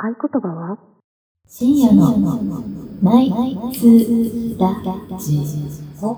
合言葉は深夜のナイツラジオ。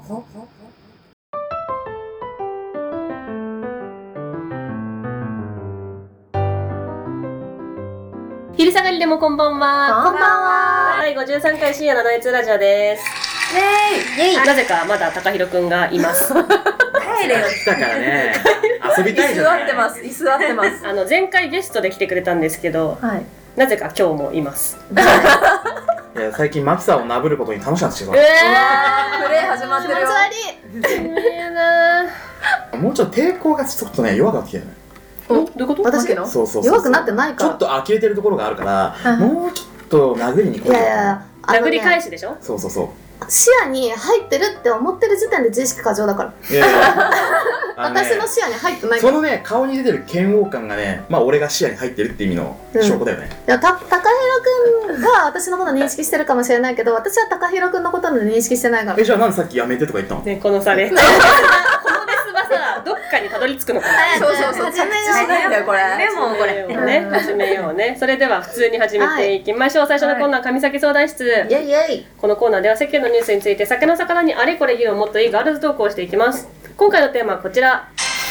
昼下がりでもこんばんは。 こんばんは。 第53回深夜のナイツラジオです。 イェイ。 なぜかまだ高弘くんがいます。 帰れよ。 来たからね。遊びたいじゃない。 居座ってます。 前回ゲストで来てくれたんですけど、 はい。 なぜか今日もいます。 いや最近マキさんをなぶることに楽しくなってきてる。 プレイ始まってるよ。 やなもうちょっと抵抗がちょっとね弱くなってきてるね。 どういうこと？ 私の？ そう弱くなってないから。 ちょっと呆れてるところがあるから、もうちょっと殴りに来いよ。 いやいや、 殴り返しでしょ？ そう。 視野に入ってるって思ってる時点で自意識過剰だから。 いや私の視野に入ってないから。 そのね顔に出てる嫌悪感がね、まあ俺が視野に入ってるって意味の証拠だよね。 いや高弘くんが私のこと認識してるかもしれないけど、私は高弘くんのことの認識してないから。 じゃあなんでさっきやめてとか言ったの？ ね、この差で。このレスはさ、どっかにたどり着くのかな。 そう。始めないんだよこれ。でもこれ。 始めようね。それでは普通に始めていきましょう。最初のコーナー、神崎相談室。 イェイイェイ。 このコーナーでは世間のニュースについて酒の魚にあれこれ議論もっといいガールズトークをしていきます。今回のテーマはこちら。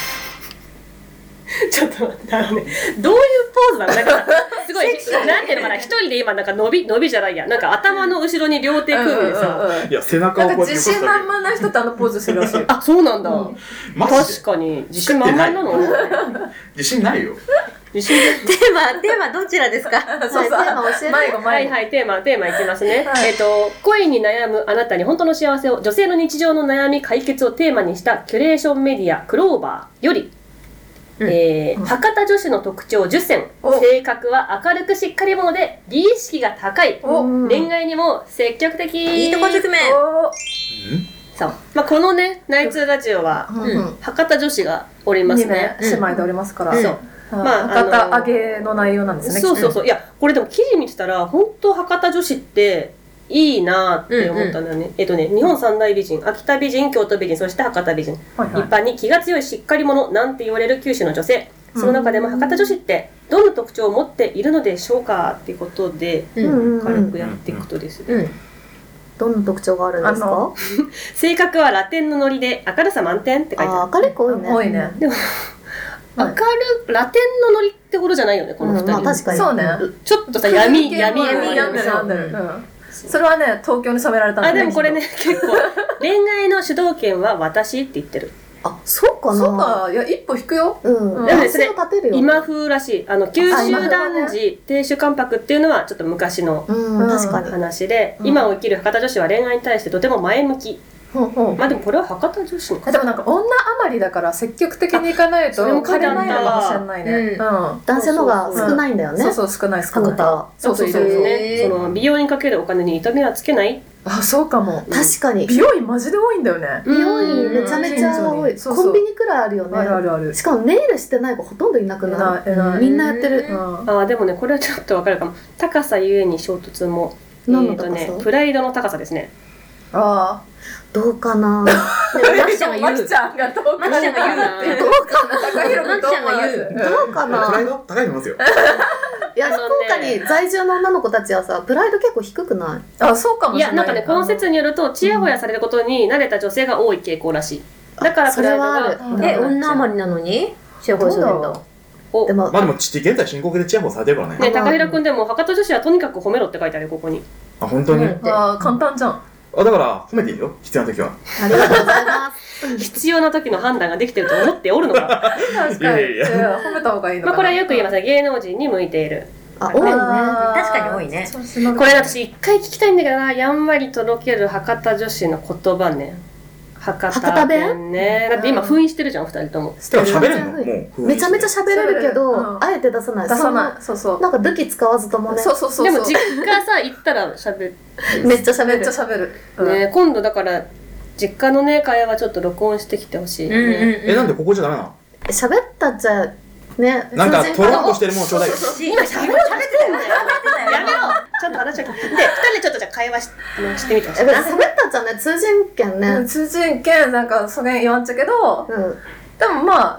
ちょっと待って、どういうポーズなの？なんかすごいなんていうのかな、一人で今なんか伸びじゃないや、なんか頭の後ろに両手組んでさ、 いや背中をこうやって自信満々な人ってあのポーズするらしいよ。 あ、そうなんだ。 マジで確かに自信満々なの？ 自信ないよ。 自信テーマどちらですか？ そう。 テーマ教えて。 はい、テーマいきますね。恋に悩むあなたに本当の幸せを、女性の日常の悩み解決をテーマにしたキュレーションメディアクローバーより、博多女子の特徴10選。性格は明るくしっかり者で美意識が高い。恋愛にも積極的。 いいとこずくめ。 そう。まあこのねナイツラジオは博多女子がおりますね。 姉妹でおりますから。 そう。 まあ博多揚げの内容なんですね。 そう。いやこれでも記事見てたら本当博多女子っていいなって思ったんだよね。日本三大美人、秋田美人、京都美人、そして博多美人。一般に気が強いしっかり者なんて言われる九州の女性。その中でも博多女子ってどんな特徴を持っているのでしょうかっていうことで軽くやっていくとですね。 どんな特徴があるんですか？ 性格はラテンのノリで明るさ満点って書いてある。 明るい子多いね。 多いね。 でもラテンのノリってほどじゃないよねこの二人。 確かに。 そうね。 ちょっとさ闇病んでる。それはね東京に染められたんだね。 でもこれね結構恋愛の主導権は私って言ってる。 あ、そうかな。 そうか、いや一歩引くよ。 でもそれ今風らしい。九州男児亭主関白っていうのはちょっと昔の話で、今を生きる博多女子は恋愛に対してとても前向き。まあでもこれは博多女子の。 でもなんか女余りだから積極的にいかないと枯れないのかもしれないね。 男性の方が少ないんだよね。 そう少ない。 博多。 そうね。その美容にかけるお金に痛みはつけない。 あ、そうかも。 確かに。 美容院マジで多いんだよね。 美容院めちゃめちゃ多い。コンビニくらいあるよね。 ある。 しかもネイルしてない子ほとんどいなくない？みんなやってる。 あ、でもねこれはちょっとわかるかも。高さゆえに衝突も。プライドの高さですね。 ああ。 どうかな。 マキちゃんが言う。どうかな。高弘君どうかな。 プライド高いと思いますよ。 いや、福岡に在住の女の子たちはさ、プライド結構低くない？ あ、そうかもしれない。 いや、なんかね、この説によるとチヤホヤされることに慣れた女性が多い傾向らしい。だからプライドが。 女余りなのにチヤホヤされるんだ。 でも現在深刻でチヤホヤされてるからね。 高弘くんでも博多女子はとにかく褒めろって書いてあるよここに。 あ、本当に？ あ、簡単じゃん。 だから褒めていいよ、必要な時は。 ありがとうございます。 必要な時の判断ができてると思っておるのか。 確かに。褒めた方がいいのかな。 これはよく言いますね。芸能人に向いている。 あ、多いね。確かに多いね。 これ私一回聞きたいんだけどな。やんわりとろける博多女子の言葉ね。博多弁ね。だって今封印してるじゃん二人とも。 喋れるの？もうめちゃめちゃ喋れるけど、あえて出さない。 そう。 なんか武器使わずともね。 そう。 でも実家さ行ったら喋る。 めっちゃ喋る。 ね、今度だから実家のね会話ちょっと録音してきてほしいね。 なんでここじゃダメなの？ 喋ったっちゃね。 なんかトロンとしてるものちょうだいよ。 今喋ってんだよ。やめろ。ちょっと話を聞いて。で、2人でちょっとじゃあ会話してみてほしい。 喋ったっちゃね、通人権ね。 通人権なんかそれ言わんちゃけど、でもまあ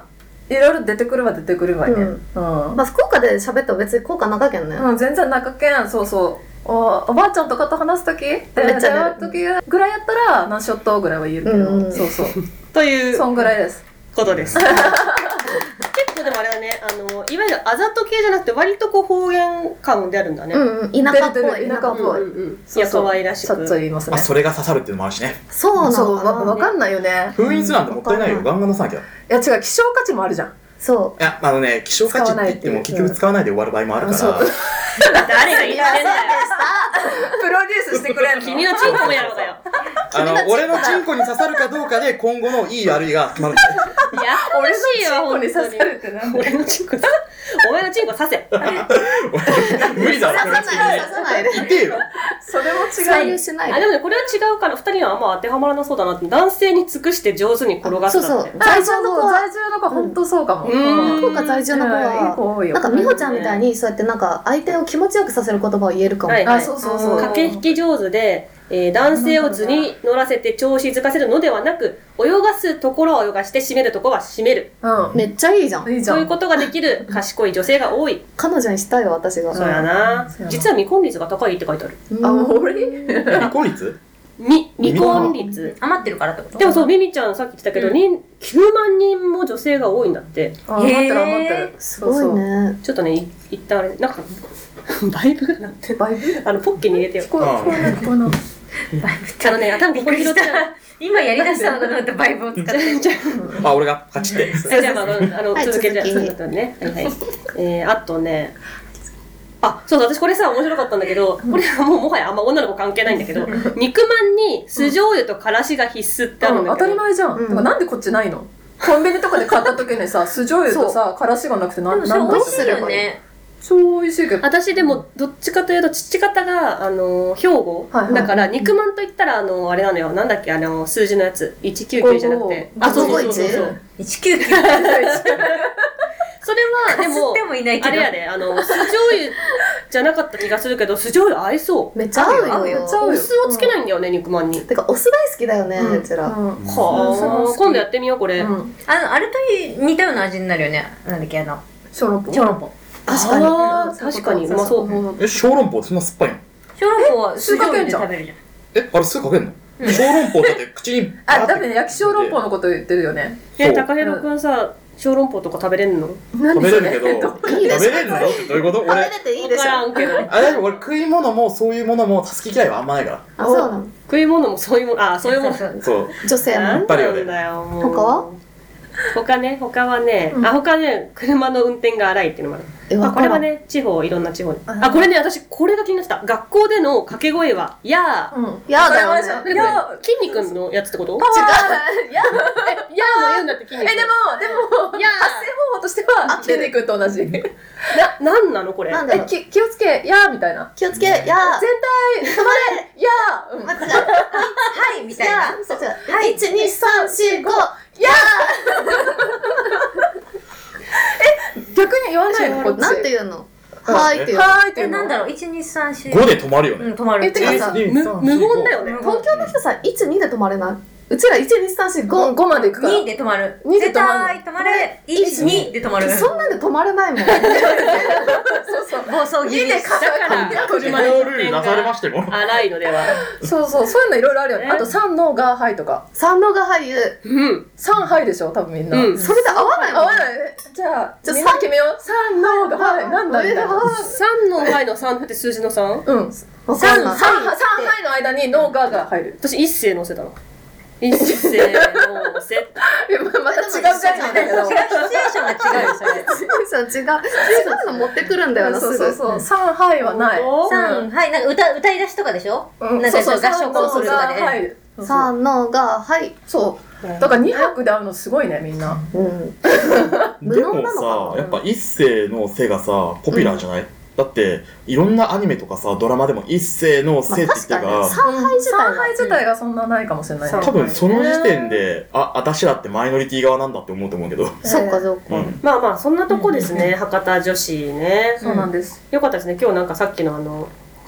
いろいろ出てくるは出てくるわね。 まあ、福岡で喋っても別に効果なかけんね。 全然中堅、そうそう。おばあちゃんとかと話すとき、めっちゃるときぐらいやったら何ショットぐらいは言えるけど、そうそう。 というそんぐらいです。 ことです。結構でもあれだね、いわゆるあざと系じゃなくて割とこう方言感であるんだね。 田舎っぽい。 田舎っぽい。 いや、可愛らしく。 ちょっと言いますね。 それが刺さるっていうのもあるしね。 そうなのわかんないよね。 封印なんてもったいないよ。ガンガン出さなきゃ。 いや違う、希少価値もあるじゃん。 そう。 いや、希少価値って言っても結局使わないで終わる場合もあるから。 誰が言ってんだよ。 プロデュースしてくれんの？ 君のチンコもやろうだよ。 俺のチンコに刺さるかどうかで今後のいい悪いが決まるんだよ。 いや、 俺の欲しいわ、 チンコに本当に。 刺さるってなんで？ 俺のチンコ、お前のチンコ刺せ。 無理だろ、 刺さないで。 いてよ。 それも採違う。 用しないで。 でもね、これは違うから、二人はあんま当てはまらなそうだなって。男性に尽くして上手に転がすだって。 在住の子は、 在住の子は本当そうかも。 福岡在住の子は、なんか美穂ちゃんみたいにそうやってなんか相手を気持ちよくさせる言葉を言えるかも。 あ、そうそうそう。 駆け引き上手で、男性を図に乗らせて調子づかせるのではなく、泳がすところは泳がして締めるところは締める。 めっちゃいいじゃん。 いいじゃん。 そういうことができる賢い女性が多い。 彼女にしたいわ、私が。 そうやな。実は未婚率が高いって書いてある。 俺？ 離婚率？ 未婚率。 余ってるからってこと？ でもそう、ミミちゃんさっき言ってたけど、9万人も女性が多いんだって。 余ってる余ってる。 すごいね。 ちょっとね、一旦あれ、なんか、バイブが鳴ってる。 バイブ？ ポッケに入れてよ。 この頭ここに拾っちゃう。 今やりだしたのかと思ってバイブを使って。 俺がカチって。 じゃあ、続けて、ね。あとね、そうだ、私これさ、面白かったんだけど、これはもはやあんま女の子関係ないんだけど、肉まんに酢醤油とからしが必須ってあるんだけど。 当たり前じゃん。なんでこっちないの？コンビニとかで買った時にさ、酢醤油とさ、からしがなくてなん美味しいよね。 ね。 超美味しいけど。 私でもどっちかというと父方が兵庫だから肉まんといったらあれなのよ、なんだっけ数字のやつ199じゃなくてそう 199 それはでもあれやで酢醤油じゃなかった気がするけど酢醤油合いそう。 めっちゃ合うよ。 お酢をつけないんだよね肉まんに。 てかお酢大好きだよねうちら。 今度やってみようこれ。 あれと似たような味になるよね。なんだっけ小籠包。 小籠包。 確かにうまそう。 小籠包そんな酸っぱいの？ 小籠包は酢醤油で食べるじゃん。 あれ酢かけんの？小籠包だって口に多分ね焼き小籠包のこと言ってるよね。 高弘くんさ小籠包とか食べれんの？ 食べれるけど食べれるのってどういうこと？ 食べれていいでしょ。 俺食い物もそういうものも好き嫌いはあんまないから。 そうなの？ 食い物もそういうものそういうもの。 そう女性なんだよもう。 他は？ 他はね、車の運転が荒いっていうのもある。これはね、いろんな地方で。これね、私、これが気になってた。学校での掛け声は、やー。 やーだよね。 筋肉のやつってこと？違う。 やーも言うんだって筋肉。 でも、発声方法としては、筋肉と同じ。 なんなのこれ。 気をつけ、やーみたいな。 気をつけ、やー。 全体、止まれ、やー。 はいみたいな。 はい、1、2、3、4、5、やー。逆に言わないのこっち。 なんて言うの？はいって言うの。 はいって言うの。 なんだろう、1、2、3、4。 5で止まるよね。 止まる。 てかさ、 無言だよね。 東京の人さ、1、2で止まれない？うちら1、2、3、4、5。 5まで行くから。 2で止まる。 2で止まる。 止まれ。1、2で止まる。 そんなんで止まれないもん。 そうそう。暴走気味だから車の運転が荒いのでは。 そういうのいろいろあるよね。あと3のがはいとか。 3のがはい言う。 3はいでしょ多分みんな。 それで合わないもん。 合わない。じゃあみんな決めよう。3のがはいなんだみたいな。 3のはいの3って数字の 3？ うん。3はいの間にのが入る。 私一斉乗せたの。一斉乗せ。 また違う概念だけど。 違うシチュエーションが違うよそれ。 そう違うの持ってくるんだよな。 そう3はいはない。 3はいなんか歌い出しとかでしょ？なんか合唱コンするとかで。 3のがはいそうだから2拍で会うのすごいねみんな。 でもさやっぱ一世の背がさポピュラーじゃない？だっていろんなアニメとかさドラマでも一世の背って言ってるから 3杯自体がそんなないかもしれない。 多分その時点で私らってマイノリティ側なんだって思うと思うけど。 そっかそっか。 まあそんなとこですね博多女子ね。 そうなんです。 よかったですね今日なんかさっきの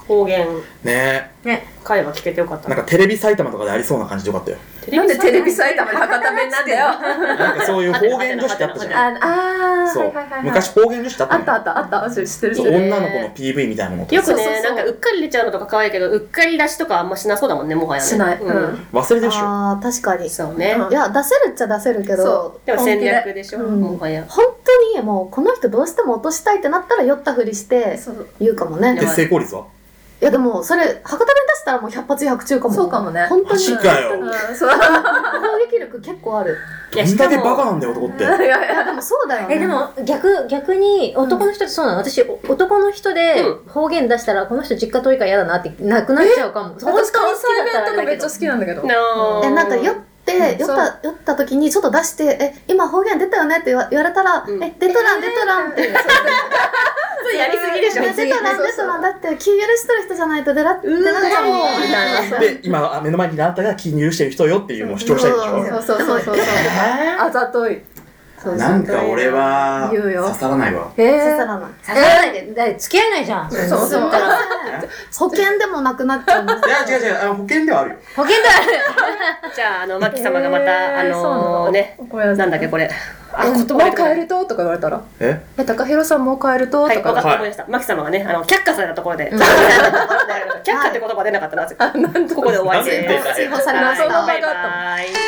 方言ね会話聞けてよかったなんかテレビ埼玉とかでありそうな感じでよかったよ。 なんでテレビ埼玉で博多弁なんだよ。 なんかそういう方言女子ってあったじゃん。そうはいはいはい。 昔方言女子ってあったのよ。 あった。知ってるそう女の子の PV みたいなものとかよくそうそうそうねなんかうっかり出ちゃうのとか可愛いけどうっかり出しとかあんましなそうだもんねもはやねしない。 忘れてるっしょ。 あー確かに。 そうねいや出せるっちゃ出せるけどそでも戦略でしょうんもはや本当にもうこの人どうしても落としたいってなったら酔ったふりしてそう言うかもね。 で成功率はいやでもそれ博多弁出したらもう100発100中かも。 そうかもね本当にマジかよ。 そう。 攻撃力結構ある。 いやどんだけしかもバカなんだよ男って。 いやいいややでもそうだよね。 でも逆に男の人ってそうなの。私男の人で方言出したらこの人実家遠いから嫌だなってなくなっちゃうかも。 私関西弁とかめっちゃ好きなんだけど。 なんか酔って酔った時にちょっと出して今方言出たよねって言われたら出とらんってやりすぎでしょ出とらんだって気許してる人じゃないと出らってなっちゃうもんみたいな。 で今目の前にあなたが気に許してる人よっていうのを主張したいでしょ。 そう。あざとい。 なんか俺は言うよ刺さらないわ。 刺さらない。 刺さらないでだって付き合えないじゃん。 そうそっから保険でもなくなっちゃうんですいや違う保険ではあるよ。 保険でじゃあマキ様がまたねなんだっけこれ言葉もう帰るととか言われたら高弘さんもう帰るとはいとか分かった思い出したマキ様がね却下されたところで却下って言葉出なかったなここで終わりで追放されましバた。 イバイ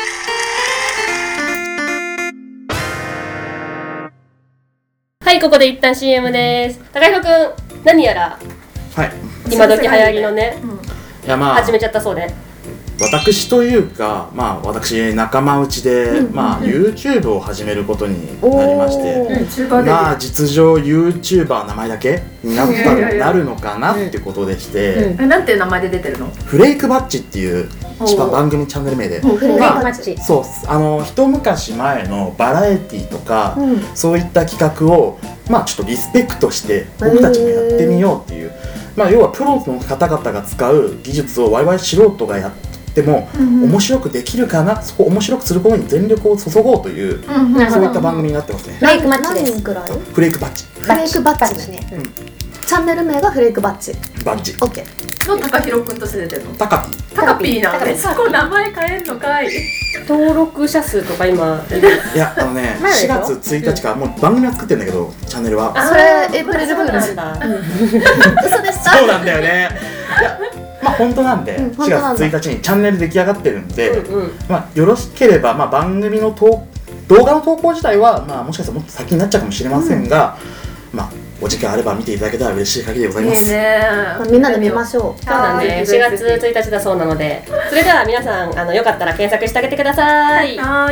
はいここで一旦 CM です高弘くん何やらはい。 今時流行りのねいやまあ始めちゃったそうで私というか私仲間内でYouTube を始めることになりまして実情 YouTuber 名前だけになるのかなってことでしてなんていう名前で出てるの？ フレイクバッチっていう番組チャンネル名でフレイクマッチ。 そう一昔前のバラエティとかそういった企画をちょっとリスペクトして僕たちもやってみようっていう要はプロの方々が使う技術を我々素人がやっても面白くできるかな、そこを面白くすることに全力を注ごうというそういった番組になってますね。 フレイクマッチです。 何人くらい？ フレイクバッチフレイクバッチですね。チャンネル名がフレイクバッチ。 バッチオッケー。 の高弘くんとして出てるの？ タカピータカピーなんでそこ名前変えんのかい。 登録者数とか今いや4月1日からもう番組は作ってるんだけどチャンネルはそれエイプリルフールズだ。嘘でした。 そうなんだよね。いや本当なんで4月1日にチャンネル出来上がってるんでよろしければ番組の動画の投稿自体はもしかしたらもっと先になっちゃうかもしれませんがお時間あれば見ていただけたら嬉しい限りでございます。 みんなで見ましょう。 そうだね4月1日だそうなのでそれでは皆さんよかったら検索してあげてください。 はい。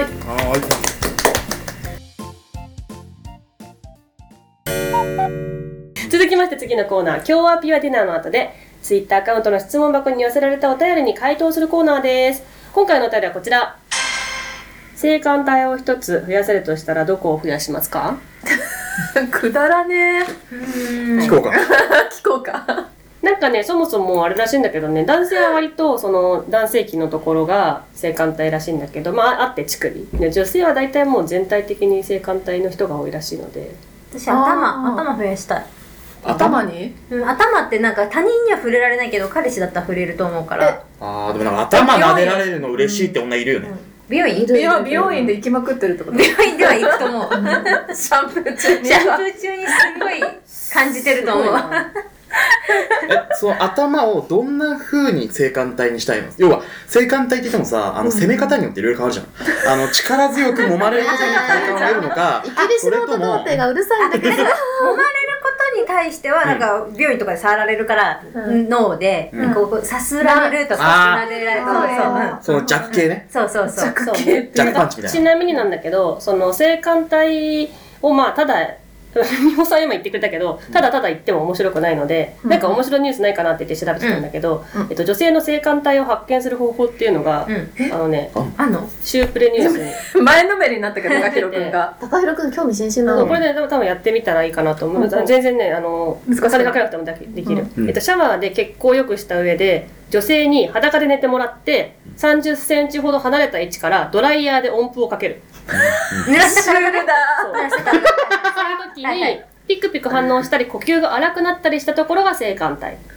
続きまして次のコーナー今日はピュアディナーの後でツイッターアカウントの質問箱に寄せられたお便りに回答するコーナーです。今回のお便りはこちら。性感帯を一つ増やせるとしたらどこを増やしますか？ くだらね聞こうか。 聞こうか。 なんかねそもそもあれらしいんだけどね男性は割とその男性器のところが性感帯らしいんだけどあって乳首で女性は大体もう全体的に性感帯の人が多いらしいので私頭増やしたい。 頭に？ 頭ってなんか他人には触れられないけど彼氏だったら触れると思うから。 でも頭撫でられるの嬉しいって女いるよね。 美容院で行きまくってるってこと？ 美容院では行くと思う。 シャンプー中にすごい感じてると思う。 その頭をどんな風に性感帯にしたいの？要は性感帯って言ってもさ攻め方によっていろいろ変わるじゃん。力強く揉まれることに快感を得るのかイギリスの童貞がうるさいんだけど揉まれることに対してはなんか美容院とかで触られるから脳でこうさすられるとか撫でられるとその弱系ね。 そう弱パンチみたいな。 ちなみになんだけどその性感帯をただ美穂さん今言ってくれたけどただただ言っても面白くないのでなんか面白いニュースないかなって言って調べてたんだけど女性の性感帯を発見する方法っていうのがシュープレニュースに前のめりになったけど高弘くんが高弘くん興味津々なの。 これで多分やってみたらいいかなと思う。全然ねお金かけなくてもできる。シャワーで血行を良くした上で女性に裸で寝てもらって30センチほど離れた位置からドライヤーで温風をかける。 濡らしたからだ。 そういう時にピクピク反応したり呼吸が荒くなったりしたところが性感帯。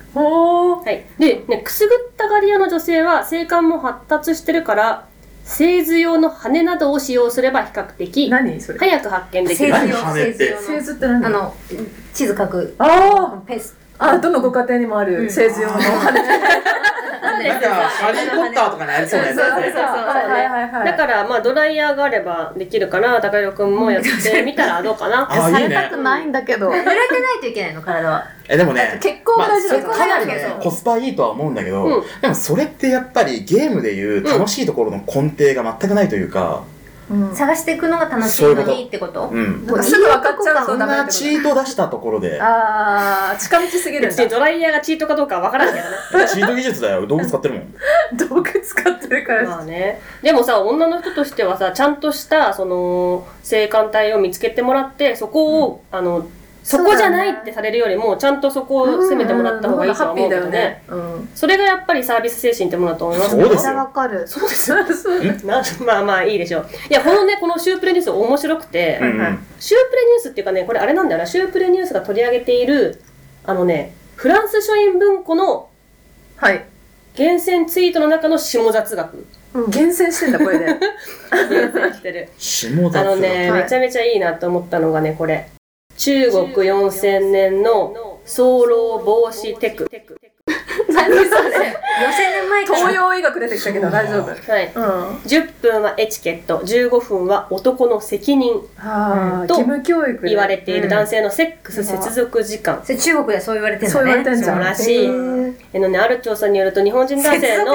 ほー。 はい。で、ね、くすぐったがり屋の女性は性感も発達してるから、製図用の羽などを使用すれば比較的何それ？ 早く発見できる。 製図用羽って製図って何？ 地図書くあペースあ、どのご家庭にもある製図用の羽。 なんかハリー・ポッターとかにありそうなやつそうはいはいはい。だからまあドライヤーがあればできるから高弘くんもやってみたらどうかな。 さあいいねれたくないんだけど。 濡れてないといけないの体は。 でもね、 結構大事だよ。 かなりねコスパいいとは思うんだけど、 うんでもそれってやっぱりゲームでいう楽しいところの根底が全くないというか、 探していくのが楽しいのにってことうん、 なんかすぐ分かっちゃうそんなチート出したところであー、近道すぎるんだ。 別にドライヤーがチートかどうかは分からんけどね。 チート技術だよ、道具使ってるもん。 道具使ってるから。 まあね。でもさ、女の人としてはさ、ちゃんとしたその性感帯を見つけてもらってそこを、そこじゃないってされるよりもちゃんとそこを攻めてもらった方がいいとは思うけどね。それがやっぱりサービス精神ってものだと思いますそうですよわかる。 そうですよ。まあまあいいでしょう。いや、このシュープレニュース面白くて、 うんうんシュープレニュースっていうかね、これあれなんだよな、シュープレニュースが取り上げているフランス書院文庫のはい。 厳選ツイートの中の下雑学。 厳選してんだ、これで。 厳選してる。 下雑学めちゃめちゃいいなと思ったのがね、これ。中国4000年の早漏防止テク。 何それ4000年前から東洋医学出てきたけど大丈夫。 はい。10分はエチケット、15分は男の責任と義務教育言われている男性のセックス接続時間。 それ中国ではそう言われてるそうんだね。 言われてんじゃん。 そうらしい。ある調査によると日本人男性の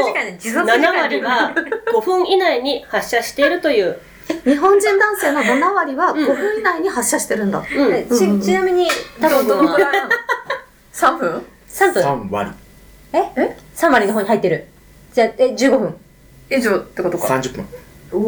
7割は5分以内に発射しているという。 日本人男性の7割は5分以内に発射してるんだ。 ちなみに多分どのくらいなの？3分 ？3分 3割 3割の方に入ってる。じゃあ15分以上ってことか。 30分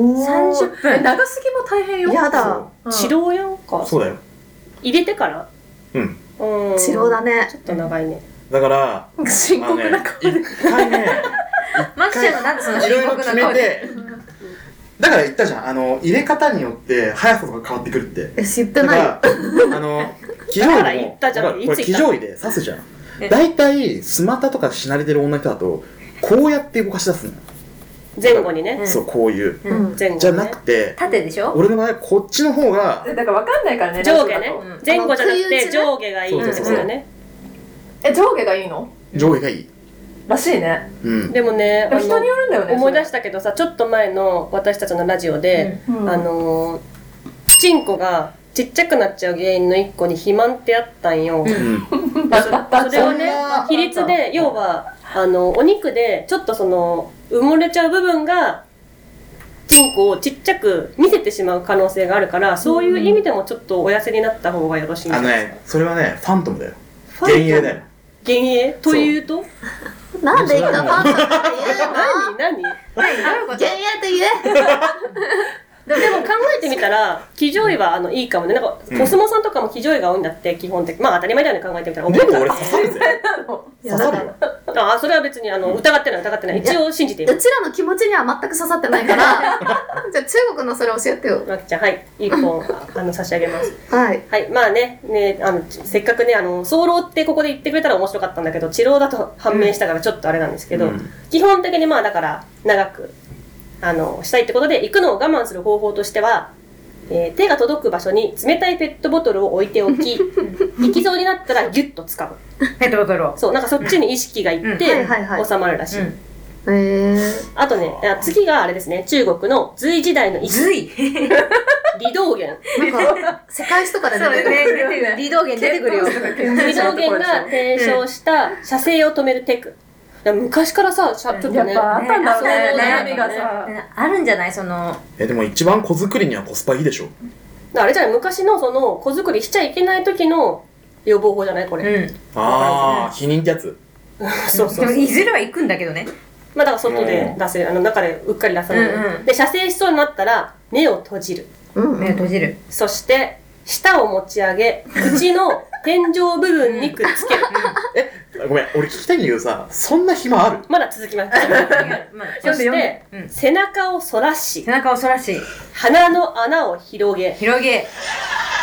30分長すぎも大変よ。 やだ。 治療やんか。 そうだよ。 入れてから治療だね。 ちょっと長いね。 だから深刻な顔で。 一回ねマキちゃんのなんでそのいろいろ深刻決めな顔で。 て、だから言ったじゃん、入れ方によって速さとか変わってくるって。 知ってない。 だから騎乗だから位も言ったじゃんこれいつ言った騎乗位で刺すじゃん。だいたいスマタとかしなれてる女の人だとこうやって動かし出すのよ。 前後にね。 そうこういう前後ね。 じゃなくて、 縦でしょ？ 俺の場合こっちの方がだから分かんないからね。 上下ね。前後じゃなくて不意打ちね上下がいいんですよね。 上下がいいの？ 上下がいい。 らしいね。 うん。 でもね、 でも人によるんだよね。 思い出したけどさ、ちょっと前の私たちのラジオで、チンコがちっちゃくなっちゃう原因の一個に肥満ってあったんよ。それをね、比率で、要はお肉でちょっと埋もれちゃう部分がチンコをちっちゃく見せてしまう可能性があるから、そういう意味でもちょっとお痩せになった方がよろしいんじゃないですか。 それはね、ファントムだよ。 ファントム幻影だよ。 幻影というとなんで言ったファントムって言えるの？ 何幻影って言え。 でも考えてみたら騎乗位はいいかもね。なんかコスモさんとかも騎乗位が多いんだって基本的。まあ当たり前だよね、考えてみたら。 でも俺刺さるぜ。刺さるよ。 それは別に疑ってない一応信じている。 うちらの気持ちには全く刺さってないから。じゃあ中国のそれ教えてよ。 まきちゃん、はい1本差し上げます。 はいはいまあねせっかくね早漏ってここで言ってくれたら面白かったんだけど、治療だと判明したからちょっとあれなんですけど、基本的にまあだから長くしたいってことで、行くのを我慢する方法としては、手が届く場所に冷たいペットボトルを置いておき行きそうになったらギュッと掴む。 ペットボトルを。 そう、なんかそっちに意識がいって収まるらしい。あとね、次があれですね、中国の隋時代の医師隋李道元。 なんか世界史とかで出てくる。 李道元出てくるよ。 李道元が提唱した射精を止めるテク。昔からさ、ちょっとね、 やっぱあったんだね、 悩悩みがさ。 あるんじゃないでも一番子作りにはコスパいいでしょ。 あれじゃない、昔の子作りしちゃいけない時の予防法じゃないこれ。 ああ、避妊ってやつ。 そうそう。 でもいずれは行くんだけどね。 まあだから外で出せる、中でうっかり出さない。で、射精しそうになったら目を閉じる。 目を閉じる。 そして舌を持ち上げ、口の天井部分にくっつける。 ごめん、俺聞きたいんだけどさ、そんな暇ある？ まだ続きます。そして背中を反らし、 背中を反らし、 鼻の穴を広げ、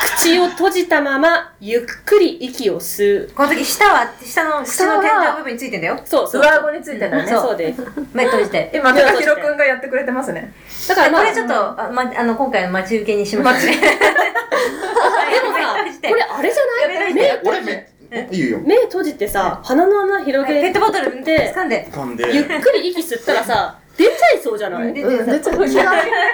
口を閉じたままゆっくり息を吸う。 この時下の天井部分についてんだよ。 そうそう。 上顎についてるんだよね。 そうです。 目閉じて。 今、高弘くんがやってくれてますね。 だからまあ、 これちょっと、今回の待ち受けにしましたね。 でもさ、これあれじゃない俺いいよ。 目閉じてさ、鼻の穴広げて、 ペットボトル掴んで。 ゆっくり息吸ったらさ、出ちゃいそうじゃない？ 出ちゃう気が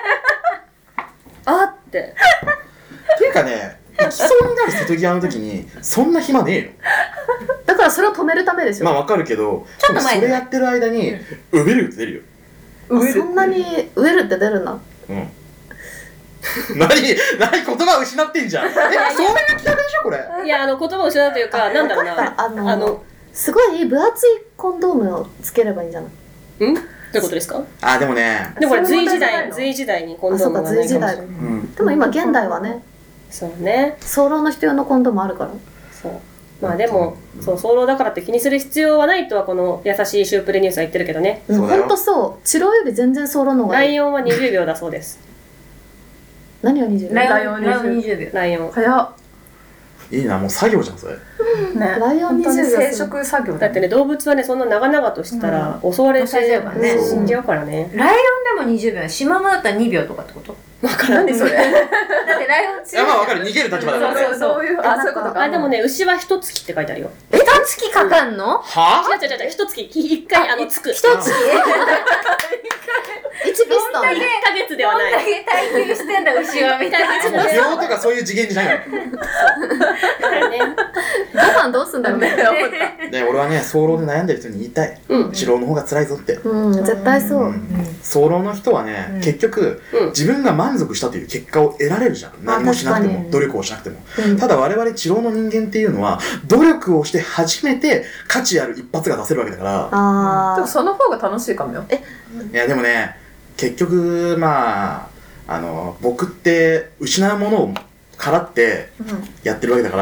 あって。 っていうかね、行きそうになる瀬戸際の時にそんな暇ねえよ。 だからそれを止めるためでしょ。 まあわかるけど、 ちょっと前にそれやってる間にウベルって出るよ。 そんなにウエルって出るんだ。 何言葉失ってんじゃん。そういう企画でしょこれ。 いや、言葉を失うというか、なんだろうな。 すごい分厚いコンドームをつければいいんじゃない？ どういうことですか？ でもね。 でもこれ隋時代にコンドームがないかもしれない。 でも今現代はね。 そうね。 早漏の人用のコンドームあるから。 そう。まあでも、そう、早漏だからって気にする必要はないとはこの優しいシュープレニュースは言ってるけどね。 ほんとそう。治療より全然早漏の方がいい。 ライオンは20秒だそうです。 何が20秒？ ライオン 20秒。 ライオン。 早っ。 いいな、もう作業じゃんそれ。 ライオン20秒。 生殖作業だってね、動物はね、そんな長々としたら襲われて死んじゃうからね。 ライオンでも20秒、シマウマだったら2秒とかってこと？ わからん。 何それ？ だってライオン強い。 まあわかる、逃げる立場だから。 そういうことか。 でもね、牛は1月って書いてあるよ。 1月かかんの？ は違う、1月。1回つく。 1月 1ピストン。 1ヶ月ではない。 どんだけ耐久してんだ、牛はみたいな。 病とかそういう次元じゃないよ。 ご飯どうすんだろうね。 で、俺はね、早漏で悩んでる人に言いたい。治療の方が辛いぞって。 絶対そう。 早漏の人はね、結局、自分が満足したという結果を得られるじゃん。何もしなくても、努力をしなくても。ただ我々治療の人間っていうのは、努力をして初めて価値ある一発が出せるわけだから。 でもその方が楽しいかもよ。 いやでもね、結局僕って失うものを払ってやってるわけだから、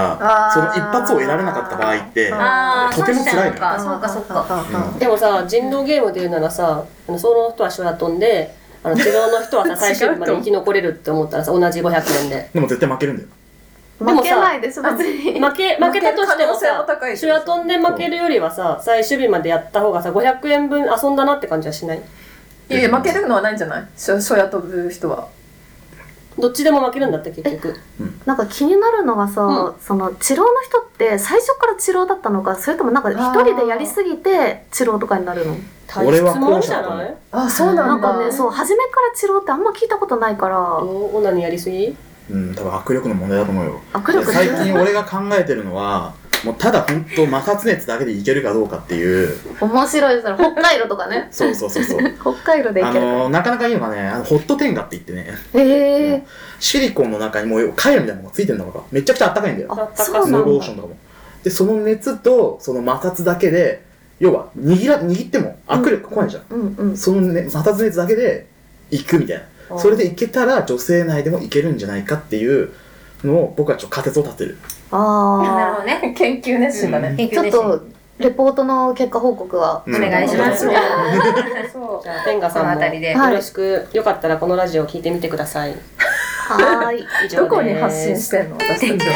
その一発を得られなかった場合ってとても辛いのよ。 そうかそうか。 でもさ、人狼ゲームで言うならさ、その人はショヤ飛んで、治療の人はさ、最終日まで生き残れるって思ったらさ、同じ500年で。 でも絶対負けるんだよ。 負けないです、別に。 負けたとしてもさ、シュア飛んで負けるよりはさ、最終日までやった方がさ、500円分遊んだなって感じはしない？ いや負けるのはないんじゃない？ショヤ飛ぶ人は。 どっちでも負けるんだって結局。 なんか気になるのがさ、その治療の人って最初から治療だったのか、それともなんか一人でやりすぎて治療とかになるの？ 俺はもんじゃない？ あ、そうなんだ。 なんかね、そう初めから治療ってあんま聞いたことないから。 オナニーやりすぎ？ 多分握力の問題だと思うよ。 握力。 最近俺が考えてるのは、もうただ本当摩擦熱だけでいけるかどうかっていう。 面白いですね。北海道とかね。 そう北海道でいける。 なかなかいいのがね、ホットテンガって言ってね、シリコンの中にもうカイロみたいなのがついてるのがめちゃくちゃあったかいんだよ。 そうなんだ。 スノーローションとかも。でその熱とその摩擦だけで、要は握っても握力来ないじゃん。そのね摩擦熱だけでいくみたいな。それでいけたら女性内でもいけるんじゃないかっていうのを僕はちょっと仮説を立てる。 なるほどね。 研究熱心だね。 ちょっとレポートの結果報告はお願いします。 じゃあ天下さんもよろしく、よかったらこのラジオを聞いてみてください。 はい。 以上です。 どこに発信してんの？私たちは。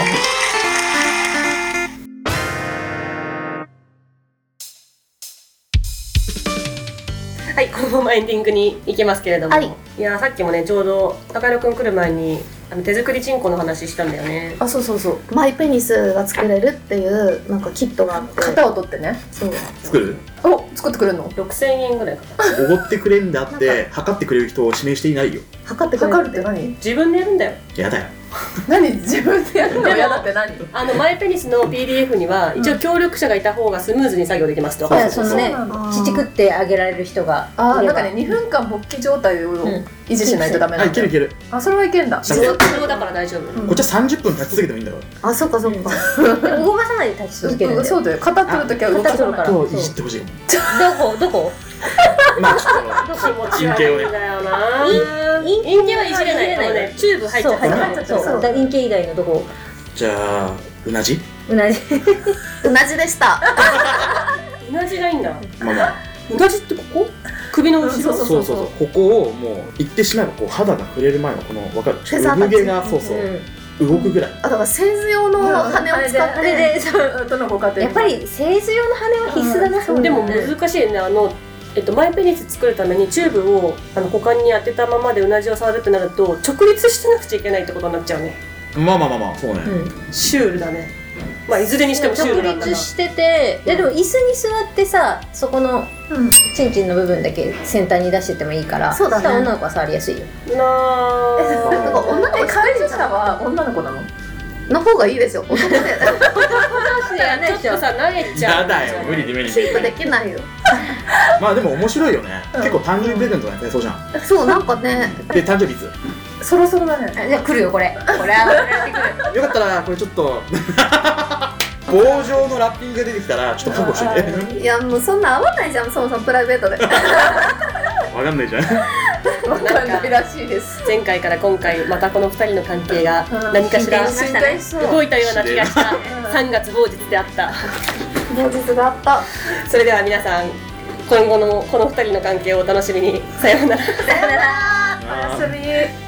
はい、このままエンディングに行きますけれども、いやさっきもねちょうど高野くん来る前に手作りチンコの話したんだよね。 あ、そうそうそう。 マイペニスが作れるっていうなんかキットがあって、 型を取ってね。 そう。 作る？ 作ってくれるの ？6000円ぐらいかかる。 おごってくれんだって測ってくれる人を指名していないよ。 測ってくれる測るって何？ 自分でやるんだよ。 やだよ。 何？自分でやるの嫌だって何？ マイペニスの PDF には一応協力者がいた方がスムーズに作業できますと。 そのね、ちちくってあげられる人がいれば。 なんかね、2分間勃起状態を維持しないとダメなんだよ。 いける。 あ、それはいけんだ。 自動だから大丈夫。 こっちは30分立ち続けてもいいんだから。 あ、そっかそっか。 動かさないで立ち続けるんだよ。 そうだよ。肩取るときは動かさない。 といじってほしい。 どこ？ まあちょっと気持ち悪いんだよな。陰茎はいじれない。ね、チューブ入っちゃった。 そう、陰茎以外のどこ？ じゃあうなじ？ うなじでした。 うなじがいいんだ。 まあうなじってここ？首の後ろ。 そうここをもう言ってしまえばこう肌が触れる前のこの分かる？産毛がそう。 動くぐらい。 だから製図用の羽を使ってでそうどのご家庭やっぱり製図用の羽は必須だな。 でも難しいね。マイペニス作るためにチューブを股間に当てたままでうなじを触るってなると直立してなくちゃいけないってことになっちゃうね。 まあそうね。 シュールだね。まあいずれにしてもシュールなんだな。 直立してて、でも椅子に座ってさ、そこのチンチンの部分だけ先端に出しててもいいから、 そうだね。 女の子は触りやすいよ。 なあ。 だから女の子介助者は女の子なの？ の方がいいですよ。男でちょっとさ投げちゃう。 やだよ、無理キープできないよ。 まあでも面白いよね。結構誕生日プレゼントがそうじゃん。 そうなんかね。 で誕生日いつ？ そろそろだね。 じゃあ来るよこれ。これはやってくる。 よかったらこれちょっと棒状のラッピングが出てきたらちょっと覚悟してね。 いやもうそんな合わないじゃん、そもそもプライベートで。 わかんないじゃん。 わかんないらしいです。 前回から今回またこの2人の関係が何かしら進展しましたね。 動いたような気がした3月某日であった。 当日があった。 それでは皆さん今後のこの2人の関係をお楽しみに。さようなら。 さよなら。 おやすみ。